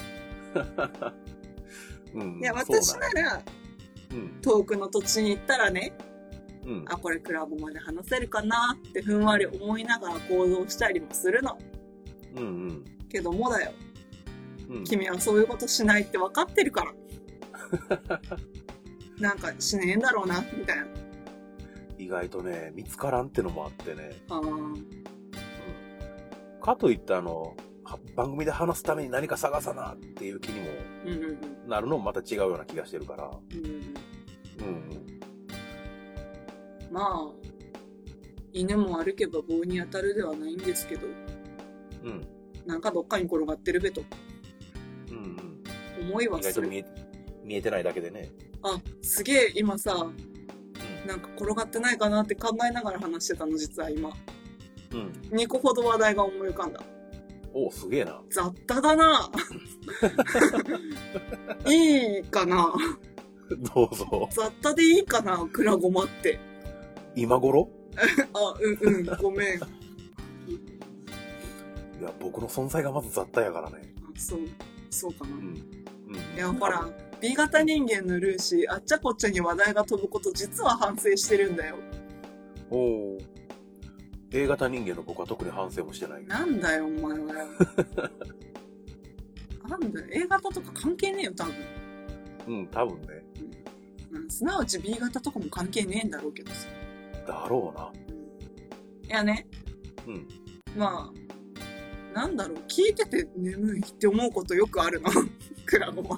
うん、 いや、私なら、うん、遠くの土地に行ったらね、うん、あ、これクラブまで話せるかなってふんわり思いながら行動したりもするの。 うんうん。 けどもだよ、うん。君はそういうことしないって分かってるから。なんかしねえんだろうな、みたいな。 意外とね、見つからんってのもあってね。 ああ。 うん。かといってあの、番組で話すために何か探さなっていう気にもなるのもまた違うような気がしてるから。うんうん。うんうん、 まあ、犬も歩けば棒に当たるではないんですけど。うん。なんかどっかに転がってるべと。うんうん。思いはする。 意外と見え、見えてないだけでね。 あ、すげえ今さ、うん、なんか転がってないかなって考えながら話してたの、実は今。うん。にこほど話題が思い浮かんだ。 お、すげえな。 雑多だな。いいかな。 どうぞ。 雑多でいいかな、くらごまって。 今頃あ、うんうん、ごめん。いや、僕の存在がまず雑多やからね。 あ、そう、そうかな。うん。うん、いや、ほら、B 型人間のルーシー、あっちゃこっちゃに話題が飛ぶこと、実は反省してるんだよ。 おー。A 型人間の僕は特に反省もしてない。 なんだよ、お前は。なんだよ、A 型とか関係ねえよ、多分。 うん、多分ね。 うん、すなわち B 型とかも関係ねえんだろうけどさ。 だろうな。 いやね。うん。まあ、なんだろう、聞いてて眠いって思うことよくあるの。クラゴマ。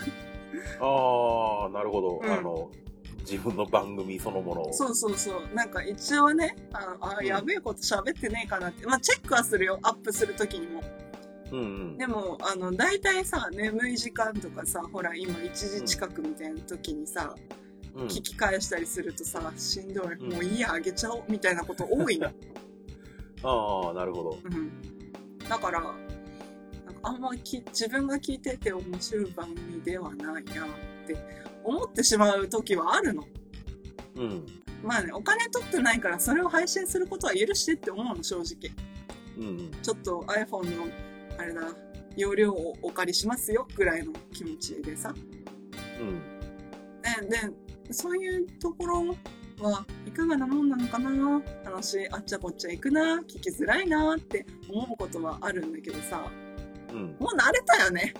ああ、なるほど。うん、あの、自分の番組そのものを。 そうそうそう。なんか一応ね、ああ、やべえこと喋ってねえかなって。まあチェックはするよ。アップするときにも。うんうん、でも、あの、大体さ、眠い時間とかさ、ほら、今いちじ近くみたいな時にさ、うん、聞き返したりするとさ、しんどい。うん、もういいや、あげちゃおう。みたいなこと多いの。 ああ、なるほど。うん。 だから、なんかあんまき自分が聞いてて面白い番組ではないなって思ってしまう時はあるの。うん。まあね、お金取ってないからそれを配信することは許してって思うの、正直。うん。ちょっと iPhone の、あれだ、容量をお借りしますよ、ぐらいの気持ちでさ。うん。で、で、そういうところはいかがなもんなのかな、話あっちゃこっちゃ行くな、聞きづらいなって思うことはあるんだけどさ、うん、もう慣れたよね。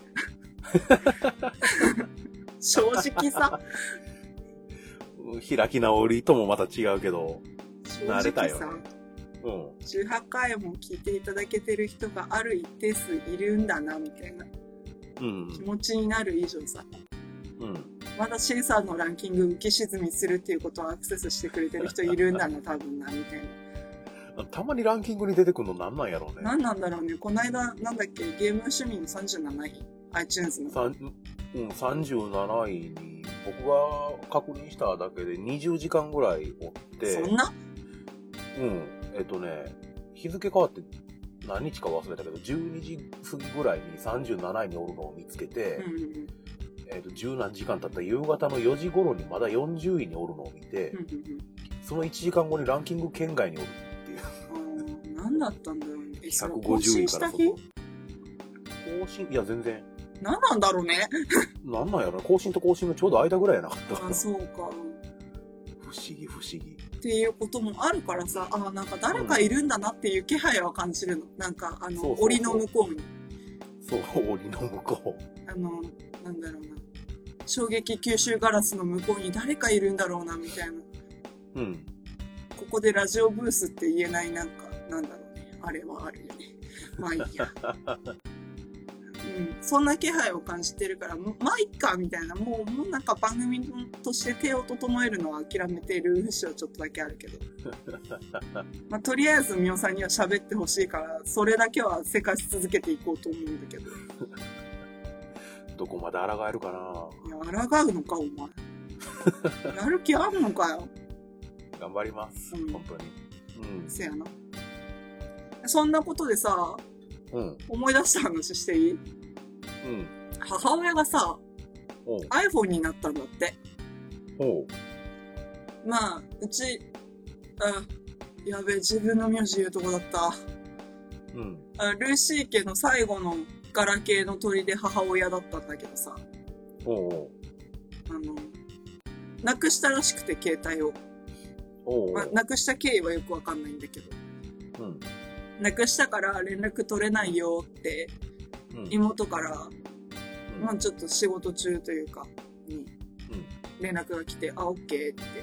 正直さ。 開き直りともまた違うけど、慣れたよね。 うん、じゅうはちかいも聞いていただけてる人がある一定数いるんだなみたいな、うん、気持ちになる以上さ、うん、まだ C さんのランキング浮き沈みするっていうことをアクセスしてくれてる人いるんだな多分なみたいな。たまにランキングに出てくるのなんなんやろうね。 なんなんだろうね。この間なんだっけ、ゲーム趣味のさんじゅうなない iTunes の、 うん、さんじゅうなないに僕が確認しただけでにじゅうじかんぐらいおって。 そんな？ うん。えっとね、日付変わって何日か忘れたけど、じゅうにじ過ぎぐらいにさんじゅうなないにおるのを見つけて、うんうんうん、えっと、十何時間経った夕方のよじ頃にまだよんじゅういにおるのを見て、うんうんうん、そのいちじかんごにランキング圏外におるっていう。 何だったんだろうね。 ひゃくごじゅういから外。更新いや、全然。 何なんだろうね。 なんなんやろね。更新と更新のちょうど間ぐらいやなかったから。 あ、そうか。 不思議不思議。 っていうこともあるからさ、あ、なんか誰かいるんだなっていう気配は感じるの。なんか、あの、そうそうそう、檻の向こうに。 そう、檻の向こう。 あの、なんだろうな。衝撃吸収ガラスの向こうに誰かいるんだろうな、みたいな。うん。ここでラジオブースって言えないなんか、なんだろうね。あれはあるよね。まあいいや。うん、そんな気配を感じてるから、まあいっかみたいな、もうもうなんか番組として手を整えるのは諦めている節はちょっとだけあるけど、まあとりあえずみおさんには喋ってほしいから、それだけはせかし続けていこうと思うんだけど。 どこまで抗えるかな。 いや、抗うのかお前。やる気あるのかよ。 頑張ります、うん、本当に。 うん。せやな。そんなことでさ。うん、思い出した話していい？うん。母親がさ、iPhone になったんだって。おう。まあ、うち、あ、やべえ、自分の名字言うとこだった。うん。あ、ルーシー家の最後のガラケーの鳥で母親だったんだけどさ。おうおう。あの、なくしたらしくて、携帯を。おうおう。まあ、なくした経緯はよくわかんないんだけど。うん。なくしたから連絡取れないよって妹から、うん、まあちょっと仕事中というかに連絡が来て、あ、オッケーって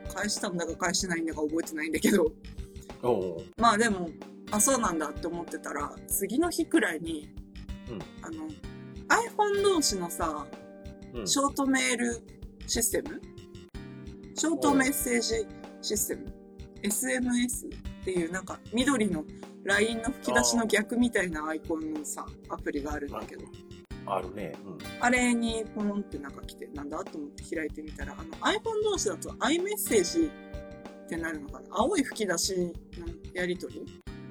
返したんだか返してないんだか覚えてないんだけど、 おうまあでも、あ、そうなんだって思ってたら、次の日くらいに、 うん、 あの、iPhone 同士のさ、 うん、 ショートメールシステムショートメッセージシステム エスエムエス っていうなんか緑の ライン の吹き出しの逆みたいなアイコンのさ、アプリがあるんだけど。 あるね。うん、 あれにポロンってなんか来て、なんだと思って開いてみたら、あの iPhone 同士だと iMessage ってなるのかな、青い吹き出しのやりとり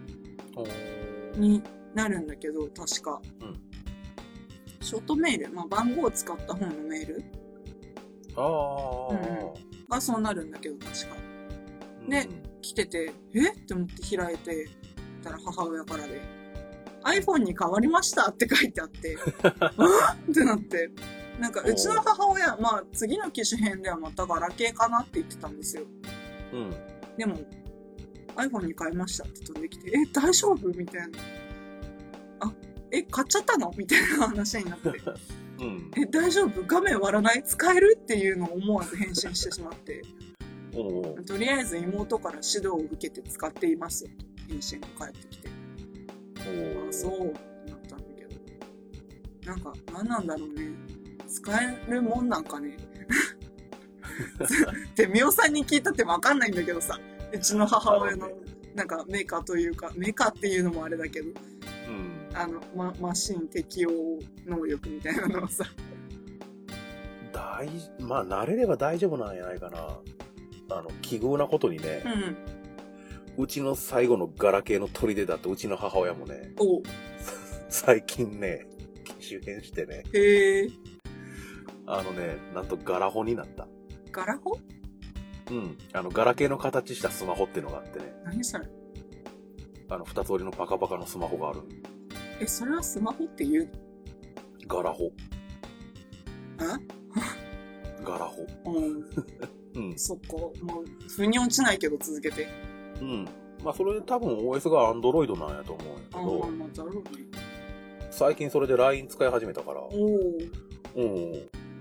になるんだけど、確か。うん、ショートメール、まあ番号を使った方のメールああ、 うんがそうなるんだけど、確か。で、うん、来てて、えって思って開いてたら母親からで、iPhone に変わりましたって書いてあって、あってなって、なんかうちの母親、まあ次の機種編ではまたガラケーかなって言ってたんですよ。うん。でも、iPhone に変えましたって飛んできて、え、大丈夫みたいな。あ、え、買っちゃったのみたいな話になって。うん、え、大丈夫画面割らない使えるっていうのを思わず返信してしまって。おうとりあえず妹から指導を受けて使っていますよと返信が返ってきて。あ、そうってなったんだけど。なんか、何なんだろうね。使えるもんなんかね。って、みおさんに聞いたってわかんないんだけどさ。うちの母親の、なんか、メカというか、メカっていうのもあれだけど。うん、あの、ま、マシン適応能力みたいなのはさ。 大、まあ、慣れれば大丈夫なんじゃないかな。あの、奇遇なことにね。うん。うちの最後のガラケーの砦だとうちの母親もね、お最近ね、機種変してね。へー。あのね、なんとガラホになった。 ガラホ？ うん。あの、ガラケーの形したスマホってのがあってね。 何それ？ あの、二つ折りのパカパカのスマホがある。 え、それはスマホって言う？ ガラホ。 え？ ガラホ。 うん。うん。そっか。もう、腑に落ちないけど続けて。 うん。まあ、それで多分 オーエス が Android なんやと思うんやけど。 ああ、まあ、だろうね。 最近それで ライン 使い始めたから。おお。うん。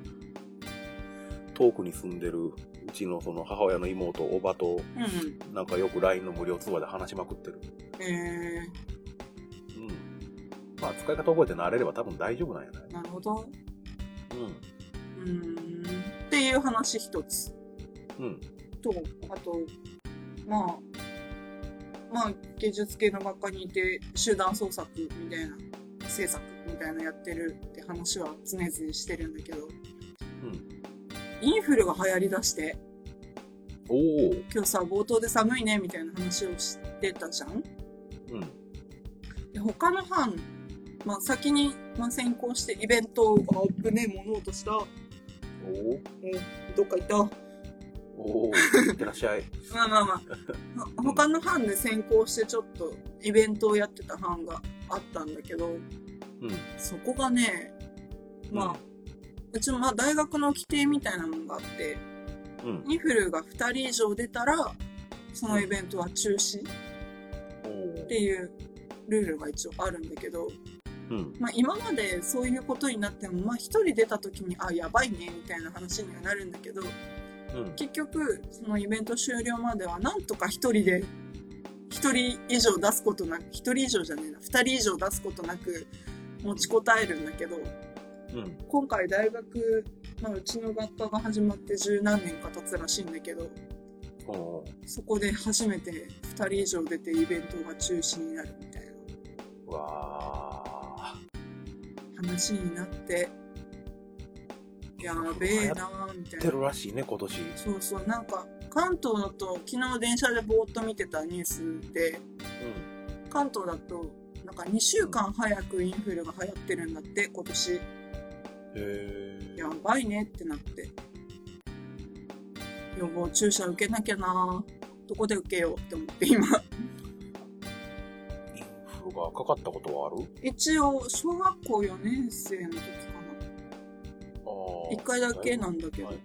遠くに住んでるうちのその母親の妹、おばと、うん、なんかよく ライン の無料通話で話しまくってる。へえ。うん。まあ、使い方覚えて慣れれば多分大丈夫なんやない？ なるほど。うん。うーん。っていう話一つ。うん。と、あと、まあ、まあ、芸術系の学科にいて、集団創作みたいな、制作みたいなやってるって話は常々してるんだけど、うん。インフルが流行りだして、おー。今日さ、冒頭で寒いねみたいな話をしてたじゃん？うん。で、他の班、まあ先に、まあ、先行してイベントを、あぶねえ、物音した。おー。え、どっか行った？ おー、いってらっしゃい。 まあまあまあ。他の班で先行してちょっとイベントをやってた班があったんだけど、うん、そこがね、まあ、うん、うちもまあ大学の規定みたいなものがあって、うん、インフルがふたり以上出たら、そのイベントは中止っていうルールが一応あるんだけど、うん、まあ今までそういうことになっても、まあ一人出た時に、あ、やばいね、みたいな話にはなるんだけど、うん、結局、そのイベント終了まではなんとか一人で、一人以上出すことなく、一人以上じゃねえな、二人以上出すことなく持ちこたえるんだけど、うん、今回大学、まあ、うちの学科が始まって十何年か経つらしいんだけど、そこで初めてふたり以上出てイベントが中止になるみたいなわ話になって、やべえなーみたいな。 てるらしいね、今年。 そうそう、なんか関東だと昨日電車でぼーっと見てたニュースで、うん、関東だとなんかにしゅうかん早くインフルが流行ってるんだって今年。へー。やばいねってなって。予防注射受けなきゃなー。どこで受けようって思って今。インフルがかかったことはある？ 一応小学校よねん生の時かな。いっかいだけなんだけど、はい、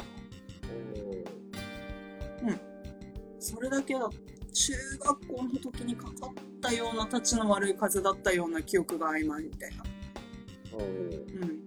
うん、それだけだ。中学校の時にかかったようなたちの悪い風邪だったような記憶が曖昧みたいな。うん、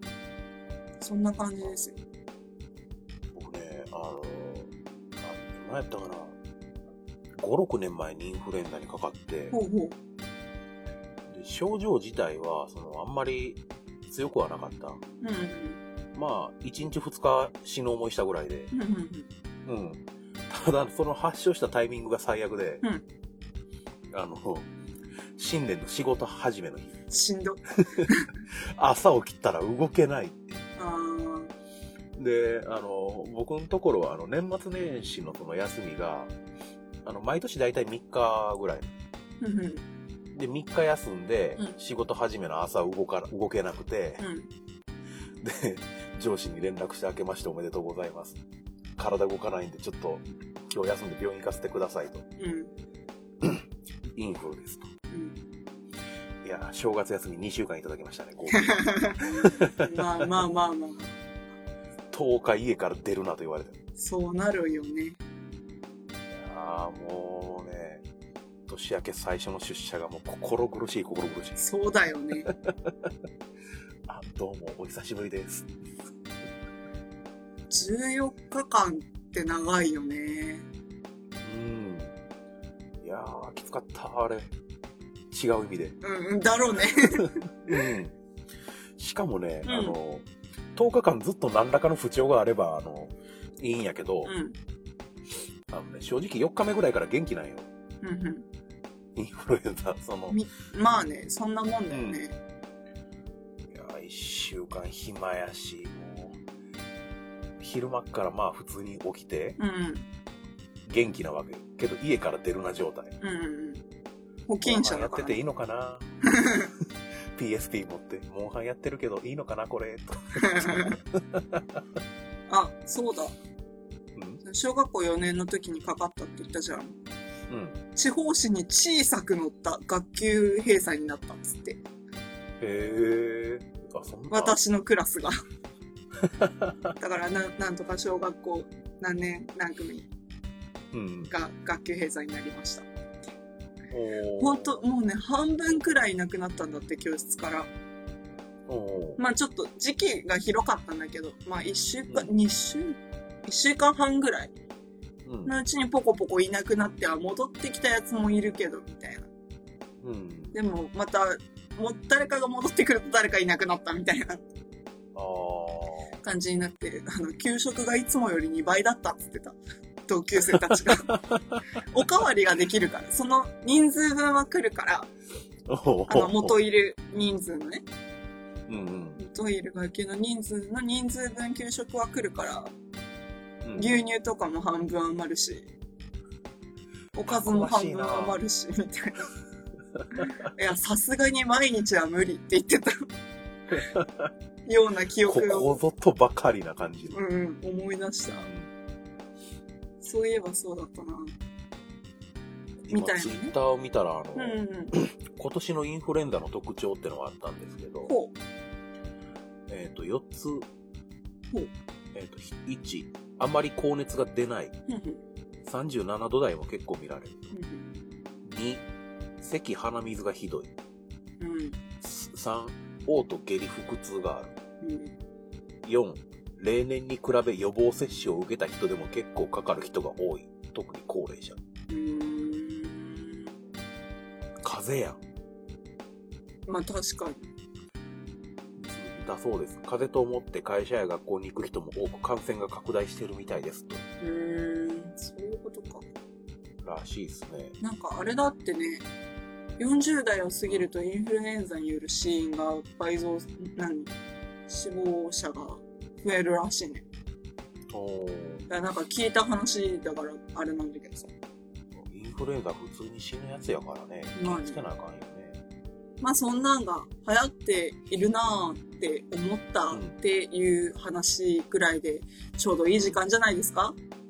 そんな感じですよ。 僕ね、あの何年何やったかな、ご、ろくねんまえにインフルエンザにかかって、 ほうほう。 で症状自体は、その、あんまり強くはなかった。 うん。 まあ、いちにちふつか死の思いしたぐらいで。 うんうんうん。ただ、その発症したタイミングが最悪で、 うん。 あの、新年の仕事始めの日。 しんど。 朝起きたら動けない。 あで、あの、僕のところは、あの、年末年始のその休みが、あの、毎年だいたいみっかぐらい。 ー。うんうん。 で、みっか休んで、 うん仕事始めの朝動か、動けなくて、 うん。 で、上司に連絡して明けましておめでとうございます。体動かないんで、ちょっと、今日休んで病院行かせてくださいと。 うん。 インフルですと。 うん。 いや、正月休みにしゅうかんいただきましたね、こうまあまあまあまあ。 とおか家から出るなと言われて。 そうなるよね。 いやーもうね、年明け最初の出社がもう心苦しい心苦しい。 そうだよね。 あ、どうもお久しぶりです。 じゅうよっかかんって長いよね。 うん。いやー、きつかった、あれ。違う意味で。 うん、だろうね。 うん。しかもね、 うん、 あの、とおかかんずっと何らかの不調があれば、あの、いいんやけど、 うん、 あのね、正直よっかめぐらいから元気なんよ。 うん、うん。 インフルエンザ、その。 まあね、そんなもんだよね。うん、いや、いっしゅうかん暇やし、もう、昼間っからまあ普通に起きて、 うん、 元気なわけ。けど家から出るな状態。 うん、保険者やってていいのかなピーエスピー 持って、モンハンやってるけどいいのかなこれと。 あ、そうだ。 うん、 小学校よねんの時にかかったって言ったじゃん。 うん。 地方紙に小さく載った学級閉鎖になったっつって。 へー。あ、そんな。 私のクラスが。だからな、なんとか小学校何年何組が学級閉鎖になりました。 うん、 ほんと、もうね、半分くらいいなくなったんだって、教室から。まあちょっと時期が広かったんだけど、まあいっしゅうかん、うん、に週、いっしゅうかんはんぐらいのうちにポコポコいなくなっては戻ってきたやつもいるけど、みたいな。うん、でもまた、も誰かが戻ってくると誰かいなくなったみたいな感じになって、あの、給食がいつもよりにばいだったって言ってた。同級生たちが。おかわりができるから、その人数分は来るから、あの、元いる人数のね。うんうん、元いる学級の人数の人数分給食は来るから、うん、牛乳とかも半分余るし、おかずも半分余るし、みたいな。いや、さすがに毎日は無理って言ってた。ような記憶を。 ここぞとばかりな感じ。 うん、うん、思い出した。そういえばそうだったな。みたいな、ね。 ツイッターを見たら、あの、 うんうん、 今年のインフルエンザの特徴ってのがあったんですけど、 ほうえっと、よっつ、ほうえっと、いち、あんまり高熱が出ない。さんじゅうななど台も結構見られる。に、咳、鼻水がひどい。うん、さん、嘔吐、下痢、腹痛がある。うん、よん、例年に比べ予防接種を受けた人でも結構かかる人が多い。特に高齢者。うーん。風邪やん。 まあ確かに。 だそうです。風邪と思って会社や学校に行く人も多く感染が拡大してるみたいですと。 うーん、そういうことか。 らしいですね。 なんかあれだってね、よんじゅう代を過ぎるとインフルエンザによる死因が倍増、何死亡者が増えるらしいね。おー。だからなんか聞いた話だからあれなんだけどさ。 インフルエンザ普通に死ぬやつやからね。気をつけなあかんよね。 まあそんなんが流行っているなーって思ったっていう話ぐらいでちょうどいい時間じゃないですか？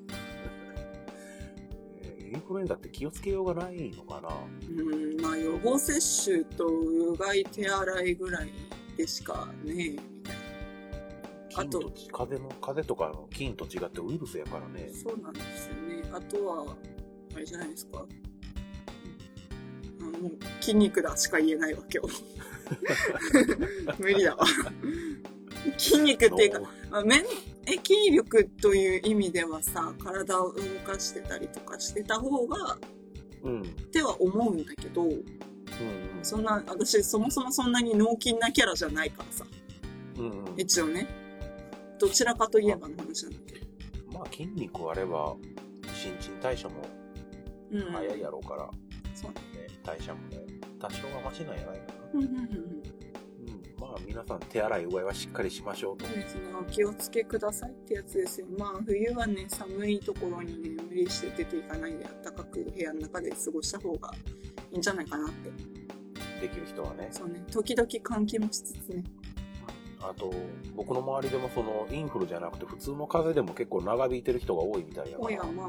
インフルエンザって気をつけようがないのかな？ うん、まあ予防接種とうがい手洗いぐらいでしかね、みたいな。あと、 風邪の、風邪とかの菌と違ってウイルスやからね。 そうなんですよね。あとは、あれじゃないですか。あもう筋肉だしか言えないわけよ。無理だわ。筋肉っていうか、まあ、めんえ、筋力という意味ではさ、体を動かしてたりとかしてた方が、 うん。 っては思うんだけど、 うんうん。 そんな、私そもそもそんなに脳筋なキャラじゃないからさ。 うんうん。 一応ね。どちらかといえばの話なんだけど。 まあ筋肉あれば、新陳代謝もうん。 早いやろうから、 そうね、代謝もね、多少はマシなんやないかな。 うんうんうんうん。 うん。まあ皆さん手洗いうがいはしっかりしましょうと。 そうですね。お気をつけくださいってやつですよ。まあ冬はね、寒いところにね、無理して出ていかないで暖かく部屋の中で過ごした方がいいんじゃないかなって。 できる人はね。 そうね。時々換気もしつつね。 あと、僕の周りでもそのインフルじゃなくて普通の風邪でも結構長引いてる人が多いみたいだから。 おやまあ。 うん。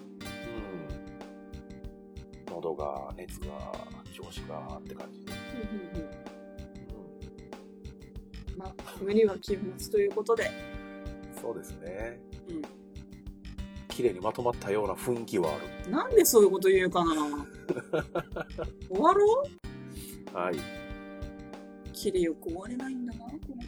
喉が、熱が、調子がって感じ。 うんうんうん。まあ、無理は禁物ということで。 そうですね。 うん。 綺麗にまとまったような雰囲気はある。 なんでそういうこと言うかな終わろうはい。 きりよく終われないんだな、これ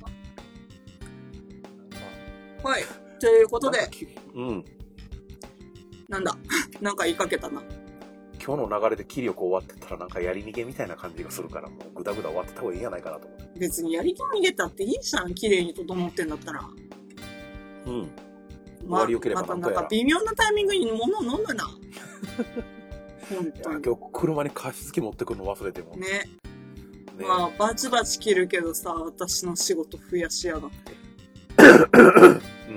が。はい。ということで。 うん。 なんだなんか言いかけたな。 今日の流れでキリよく終わってたらなんかやり逃げみたいな感じがするから、もうグダグダ終わってた方がいいんじゃないかなと思って。 別にやり逃げたっていいじゃん。綺麗に整ってんだったら。 うん。 ま、 終わりよければまたなんとやら。 なんか微妙なタイミングに物を飲むな。本当に。 今日車に加湿器持ってくるの忘れても。 ね。 ね、 まあ、バチバチ切るけどさ、私の仕事増やしやがって。 うん。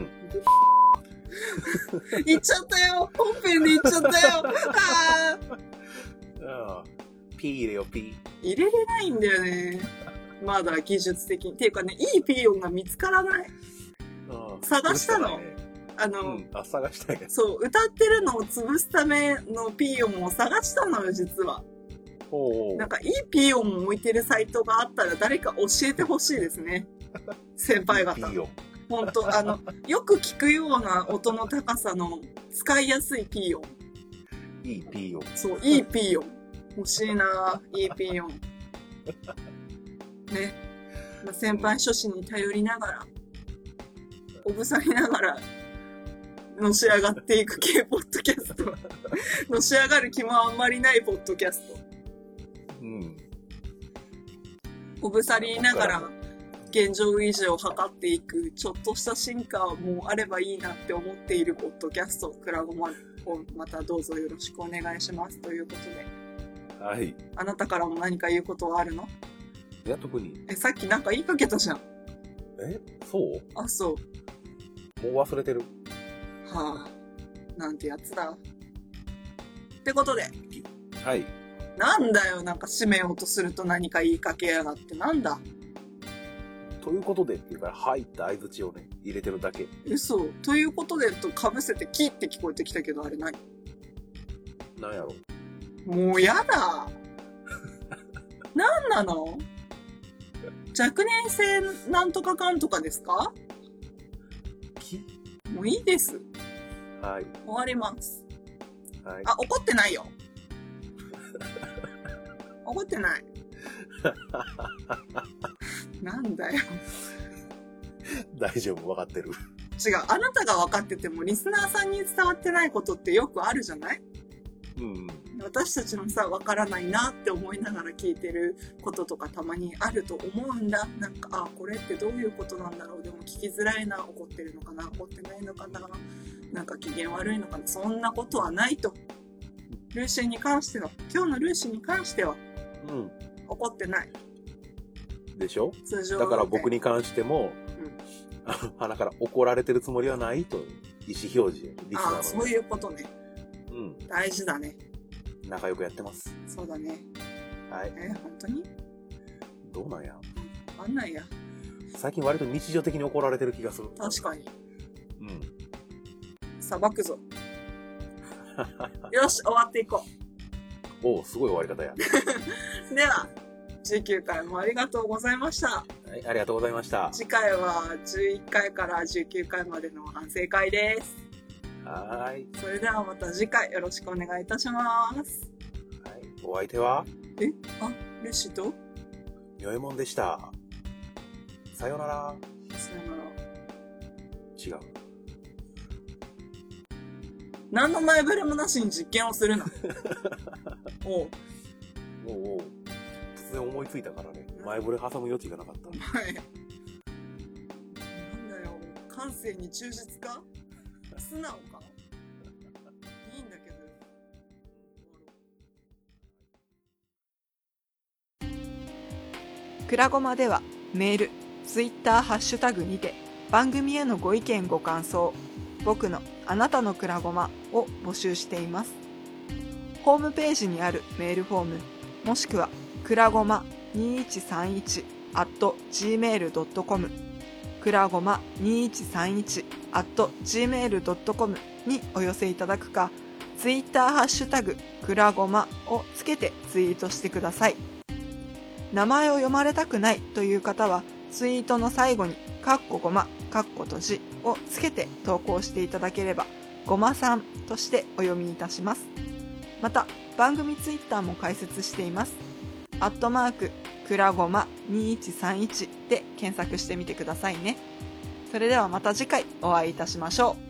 言っちゃったよ。本編で言っちゃったよ。あああ。ピー入れよ、ピー。 入れれないんだよね。まだ技術的に。っていうかね、いいピー音が見つからない。 ああ探したの。 ね、 あの、 うん、あ、探したいね。 そう、歌ってるのを潰すためのピー音を探したのよ、実は。 おうおう、 なんかいいピー音を置いてるサイトがあったら誰か教えてほしいですね。先輩方。 ピー音。 ほんと、あの、よく聞くような音の高さの使いやすいピー音。 いいピー音。 そう、いいピー音。欲しいなぁ、いいピー音。ね。まあ、先輩諸子に頼りながら、おぶさりながら、のし上がっていく系ポッドキャスト。のし上がる気もあんまりないポッドキャスト。 うん。 おぶさりながら、現状維持を図っていく、ちょっとした進化もあればいいなって思っているポッドキャスト、クラゴマをまたどうぞよろしくお願いしますということで。 はい。 あなたからも何か言うことはあるの？ いや、特に。 え、さっきなんか言いかけたじゃん。 え、そうあ、そう。 もう忘れてる。 はあ、なんてやつだ。ってことで。 はい。 なんだよ、なんか締めようとすると何か言いかけやがってなんだ。 ということでっていうから、はいって相槌をね、入れてるだけ。 嘘。ということでと被せてキって聞こえてきたけど、あれ何？ なんやろ。 もうやだ。なんなの？若年性なんとかかんとかですか？ きもういいです。 はい。 終わります。 はい。 あ、怒ってないよ。怒ってない。なんだよ。 大丈夫、分かってる。 違う。あなたが分かってても、リスナーさんに伝わってないことってよくあるじゃない？ うん。 私たちもさ、分からないなって思いながら聞いてることとかたまにあると思うんだ。なんか、あ、これってどういうことなんだろう。でも聞きづらいな。怒ってるのかな、怒ってないのかな、なんか機嫌悪いのかな。そんなことはないと。ルーシーに関しては、今日のルーシーに関しては、 うん。 怒ってない。 でしょ？ 通常だから僕に関しても、 うん、 あの鼻から怒られてるつもりはないという意思表示をリスナーの。 ああ、そういうことね。 うん。 大事だね。 仲良くやってます。 そうだね。 はい。 えー、本当に？ どうなんや。 わかんないや。 最近割と日常的に怒られてる気がする。 確かに。 うん。 裁くぞ。よし、終わっていこう。おお、すごい終わり方や。 では、じゅうきゅうかいもありがとうございました。 はい、ありがとうございました。 次回はじゅういっかいからじゅうきゅうかいまでの反省会です。 はい。 それではまた次回よろしくお願いいたします。 はい。お相手はえあ、ルシとみょえもんでした。さようなら。 さよなら。 違う。 何の前触れもなしに実験をするな。おう。 おうおう。突然思いついたからね。前触れ挟む余地がなかった。 はい。なんだよ、感性に忠実か素直かいいんだけど。 くらごまではメール、ツイッター、ハッシュタグにて番組へのご意見ご感想、僕のあなたのくらごまを募集しています。ホームページにあるメールフォーム、もしくはくらごまにいちさんいち アット ジーメール ドットコム くらごまにいちさんいち アット ジーメール ドットコム にお寄せいただくか、ツイッターハッシュタグくらごまをつけてツイートしてください。名前を読まれたくないという方は、ツイートの最後にかっこごま、かっこ閉じをつけて投稿していただければ、ごまさんとしてお読みいたします。また、番組ツイッターも開設しています。アットマーク、くらごまにいちさんいちで検索してみてくださいね。それではまた次回お会いいたしましょう。